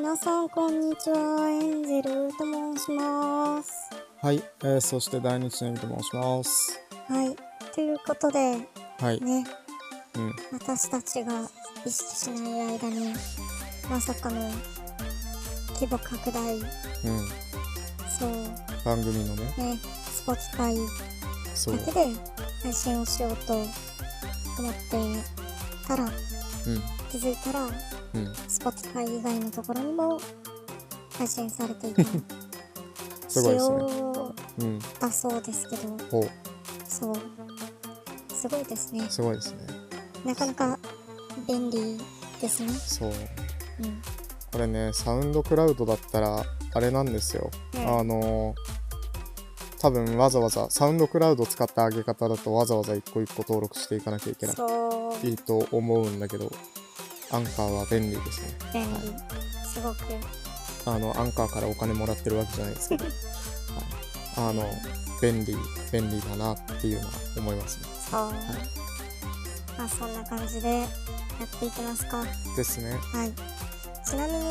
皆さんこんにちは、エンジェルと申します。 はい、そして大日ネギと申します。 はい、ということで、 はい。 ね、 うん。 私たちが意識しない間に、まさかの規模拡大、 うん。 そう、 番組のね。 Spotify そう。 だけで配信をしようと思ってたら、気づいたら、Spotify 以外のところにも配信されていた。 すごいですね。 だそうですけど、そう、すごいですね。 すごいですね。 なかなか便利ですね。 そう。これね、サウンドクラウドだったらあれなんですよ。多分わざわざサウンドクラウド使った上げ方だとわざわざ一個一個登録していかなきゃいけないいいと思うんだけど、アンカーは便利ですね。 便利、すごく。 アンカーからお金もらってるわけじゃないですけど、便利だなっていうのは思いますね。 そう。まあそんな感じでやっていきますか。 ですね。 はい。ちなみに、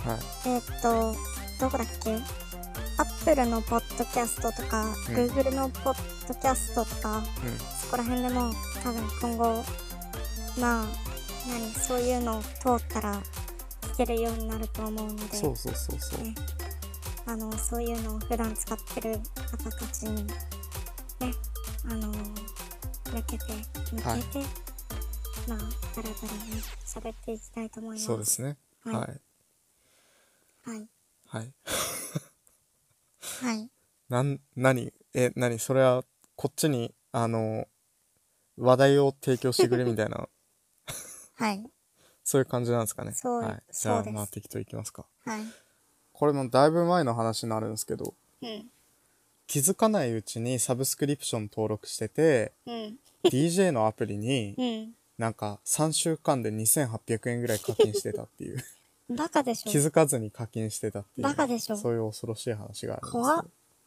どこだっけ？Apple のポッドキャストとか、Google のポッドキャストとか、そこら辺でも多分今後、まあ、そういうの通ったら聞けるようになると思うので、 そう。 ね、そういうのを普段使ってる方たちに、ね、向けて、まあ、だらだらね、喋っていきたいと思います。 そうですね。はい。何それは、こっちに、話題を提供してくれみたいな。 はい。 そういう感じなんですかね。 はい。 じゃあ、まあ、適当いきますか。 はい。 これもだいぶ前の話になるんですけど、気づかないうちにサブスクリプション登録してて、DJ のアプリに、なんか3週間で2800円ぐらい課金してたっていう。 バカでしょ。 気づかずに課金してたっていう。 バカでしょ。 そういう恐ろしい話があるんですけど。 怖っ。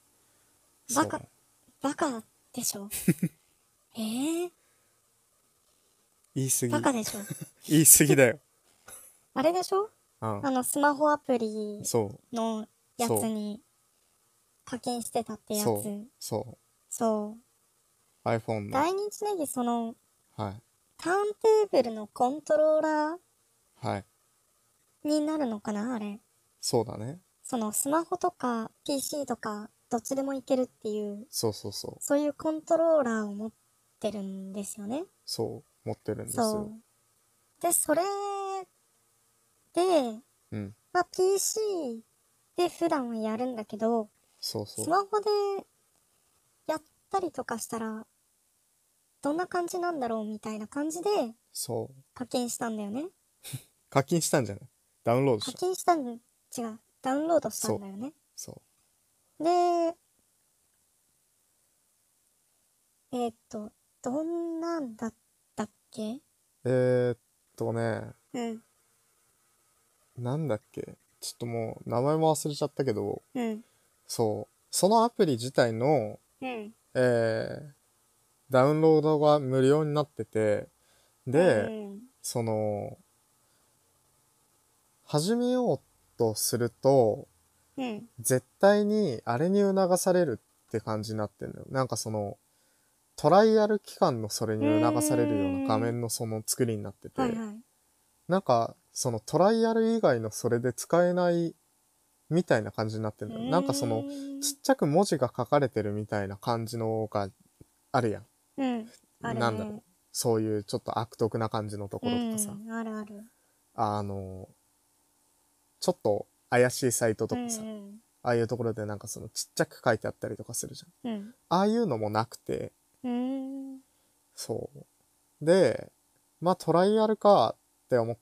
バカでしょ。言い過ぎ。 バカでしょ。 言い過ぎだよ。 あれでしょ？スマホアプリのやつに課金してたってやつ。そう。 iPhone の。 大日ネギターンテーブルのコントローラーになるのかなあれ。 そうだね。 スマホとか PC とかどっちでもいけるっていう。そういうコントローラーを持ってるんですよね。 そう、持ってるんですよ。 で、それで、まあ PC で普段はやるんだけど、スマホでやったりとかしたら、どんな感じなんだろうみたいな感じで、課金したんだよね。 課金したんじゃない？ダウンロードした。 課金したん、違う。ダウンロードしたんだよね。で、どんなんだったっけ？ なんだっけ？ちょっともう名前も忘れちゃったけど、そのアプリ自体の、ダウンロードが無料になってて、で、始めようとすると、絶対にあれに促されるって感じになってんのよ。なんかトライアル期間のそれに促されるような画面の作りになってて、なんかトライアル以外のそれで使えないみたいな感じになってんだよ。なんかちっちゃく文字が書かれてるみたいな感じのがあるやん。なんだろう。そういうちょっと悪徳な感じのところとかさ。ちょっと怪しいサイトとかさ、ああいうところでなんかちっちゃく書いてあったりとかするじゃん。ああいうのもなくて、で、まあトライアルかって思って、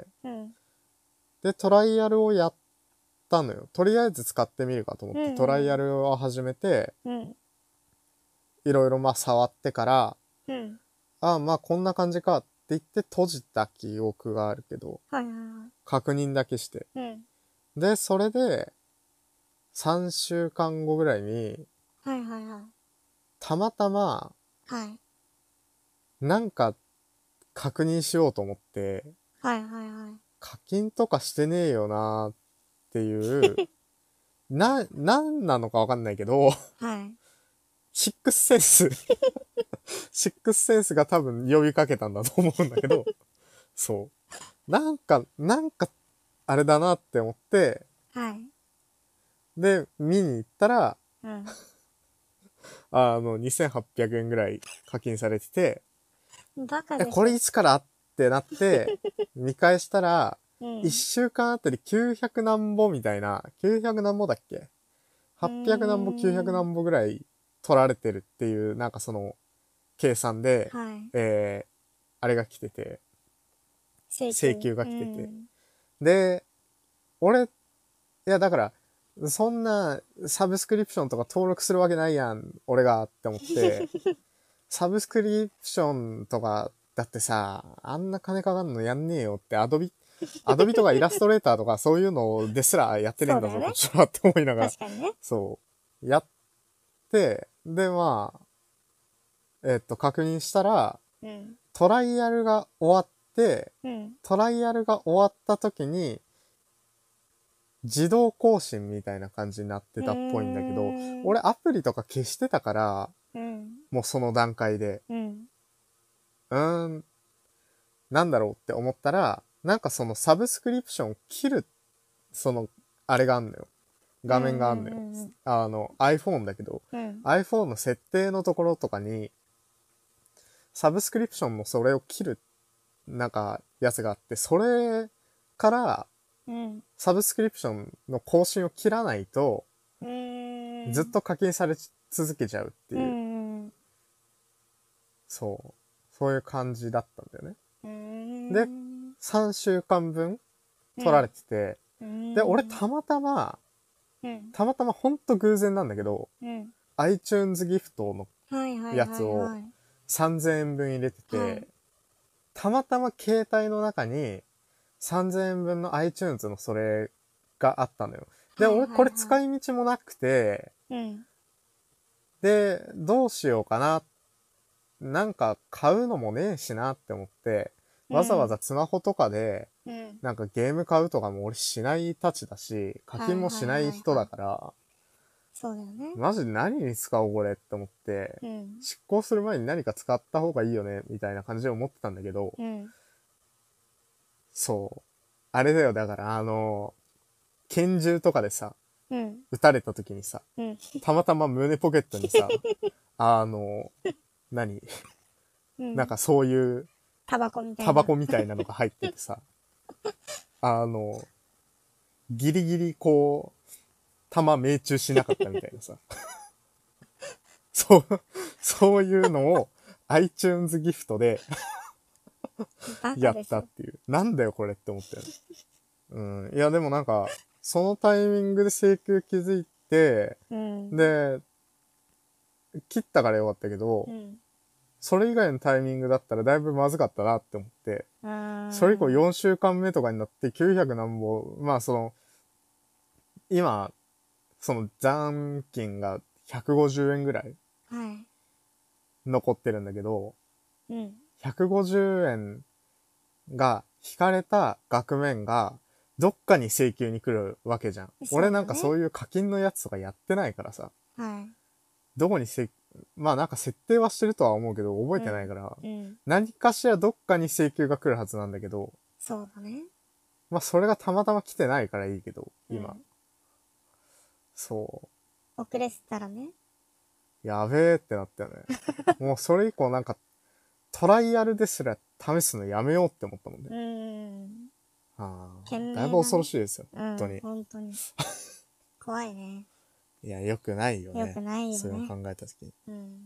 で、トライアルをやったのよ。とりあえず使ってみるかと思って、トライアルを始めて、いろいろまあ触ってから、まあこんな感じかって言って閉じた記憶があるけど、確認だけして。で、それで、3週間後ぐらいに、たまたま、なんか確認しようと思って、課金とかしてねえよなーっっていう、なんなのかわかんないけど、 はい。 シックスセンスシックスセンスが多分呼びかけたんだと思うんだけど、そう。なんか、あれだなって思って、 はい。 で、見に行ったら、 うん。 2800円ぐらい課金されてて、 バカでしょ。 これいつからってなって、見返したら、 うん、 1週間あたり900何ぼみたいな、900何ぼだっけ ?800 何ぼ、900何ぼぐらい取られてるっていう、なんかその、計算で、 はい。 あれが来てて、請求が来てて。 うん、 で、俺、いやだから、そんなサブスクリプションとか登録するわけないやん、俺がって思って、サブスクリプションとか、だってさ、あんな金かかんのやんねえよって、アドビとかイラストレーターとかそういうのですらやってねえんだぞ、こっちはって思いながら。 確かにね。 そう。やって、で、まあ、確認したら、 うん、 トライアルが終わって、 うん、 トライアルが終わった時に、自動更新みたいな感じになってたっぽいんだけど、俺アプリとか消してたから、 うん、 もうその段階で、 うん、 なんだろうって思ったら、なんかそのサブスクリプションを切る、その、あれがあんのよ。画面があんのよ。iPhone だけど、 うん、 iPhone の設定のところとかに、サブスクリプションのそれを切る、なんか、やつがあって、それから、サブスクリプションの更新を切らないと、ずっと課金され続けちゃうっていう、そういう感じだったんだよね。で、3週間分取られてて、で、俺たまたまほんと偶然なんだけど、iTunes ギフトのやつを3000円分入れてて、たまたま携帯の中に3000円分の iTunes のそれがあったのよ。で、俺これ使い道もなくて、で、どうしようかな。なんか買うのもねえしなって思って、わざわざスマホとかで、なんかゲーム買うとかも俺しないたちだし、課金もしない人だから、 そうだよね。 マジで何に使おうこれって思って、執行する前に何か使った方がいいよね、みたいな感じで思ってたんだけど、そう。あれだよ、だから拳銃とかでさ、撃たれた時にさ、たまたま胸ポケットにさ、何なんかそういうタバコみたいなのが入っててさ、ギリギリこう、弾命中しなかったみたいなさ。そういうのを iTunes ギフトでやったっていう。なんだよこれって思ったよね。うん。いやでもなんか、そのタイミングで請求気づいて、で、切ったからよかったけど、それ以外のタイミングだったらだいぶまずかったなって思って、それ以降4週間目とかになって900何本、まあその、今、その残金が150円ぐらい残ってるんだけど、150円が引かれた額面がどっかに請求に来るわけじゃん。俺なんかそういう課金のやつとかやってないからさ。どこにまあなんか設定はしてるとは思うけど覚えてないから、何かしらどっかに請求が来るはずなんだけど、 そうだね。 まあそれがたまたま来てないからいいけど、今。そう。 遅れてたらね。 やべえってなったよね。もうそれ以降なんかトライアルですら試すのやめようって思ったもんね。だいぶ恐ろしいですよ、本当に。 本当に。怖いね。 いや、良くないよね。 良くないよね。 それを考えたときに。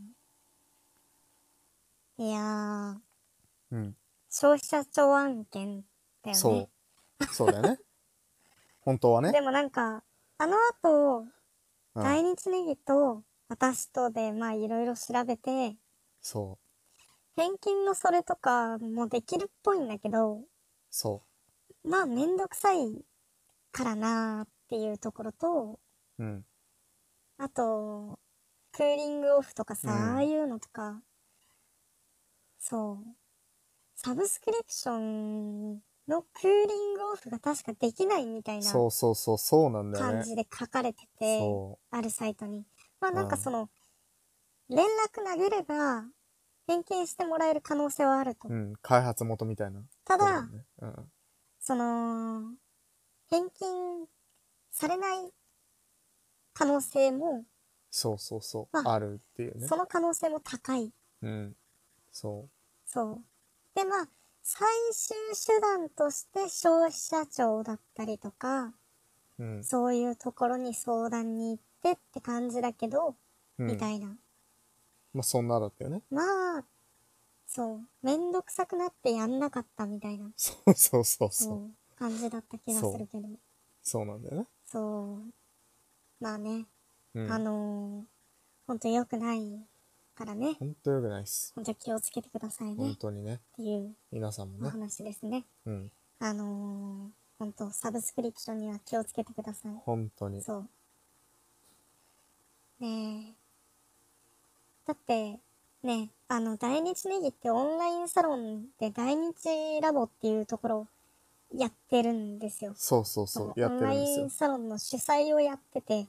いやー。消費者庁案件だよね。 そうだよね。本当はね。 でもなんか、あの後、大日ネギと私とで、まあいろいろ調べて、返金のそれとかもできるっぽいんだけど、まあめんどくさいからなーっていうところと、あと、クーリングオフとかさ、ああいうのとか、そう。サブスクリプションのクーリングオフが確かできないみたいなそうなんだよね。 感じで書かれてて、あるサイトに。まあなんかその、連絡投げれば、返金してもらえる可能性はあると。 開発元みたいな。 ただ、その、返金されない可能性も、 あるっていうね。 その可能性も高い。 そう。 で、まあ、最終手段として消費者庁だったりとか、そういうところに相談に行ってって感じだけど、みたいな。 まあ、そんなだったよね。 まあ、めんどくさくなってやんなかったみたいな。感じだった気がするけど。 そうなんだよね。 まあね。ほんと良くないからね。 ほんと良くないっす。 ほんと気をつけてくださいね。 本当にね。 っていう皆さんもね。 お話ですね。ほんとサブスクリプションには気をつけてください。 本当に。 ねえ。だって、ね、大日ネギってオンラインサロンで大日ラボっていうところやってるんですよ。 やってるんですよ。 オンラインサロンの主催をやってて、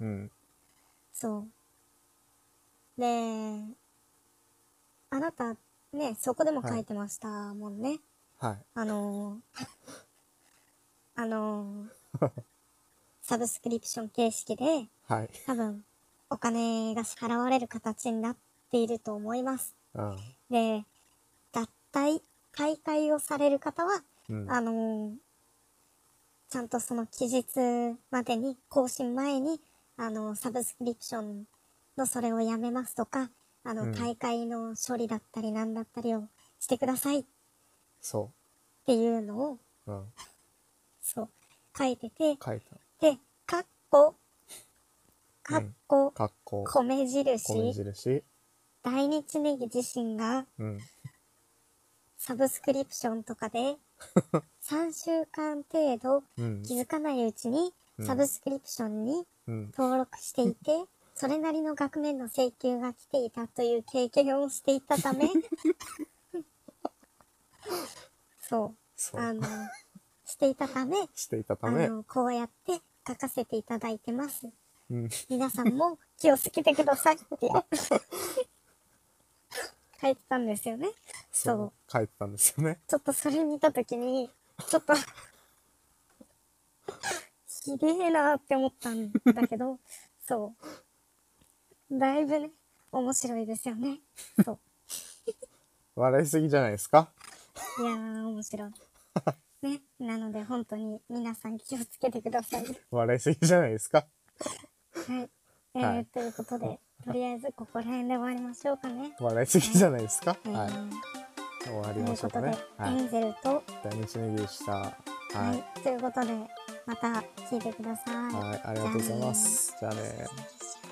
で、あなたね、そこでも書いてましたもんね。サブスクリプション形式で、多分、お金が支払われる形になっていると思います。で、脱退、退会をされる方は、ちゃんとその期日までに、更新前に、サブスクリプションのそれをやめますとか、退会の処理だったりなんだったりをしてください。っていうのを、書いてて、で、米印、大日ネギ自身が、サブスクリプションとかで、3週間程度、気づかないうちに、サブスクリプションに登録していて、それなりの額面の請求が来ていたという経験をしていたため、していたため、こうやって書かせていただいてます。皆さんも気をつけてくださいって書いてたんですよね。 書いてたんですよね。 ちょっとそれ見たときに、ちょっとひでえなって思ったんだけど、だいぶね、面白いですよね。 笑いすぎじゃないですか？ いやー、面白い。ね。なので、本当に皆さん気をつけてください。 笑いすぎじゃないですか？ はい。ということで、とりあえずここら辺で終わりましょうかね。 笑いすぎじゃないですか？はい。終わりましょうかね。 エンゼルと大日ネギでした。はい。 ということで、また聞いてください。 はい、ありがとうございます。じゃあね。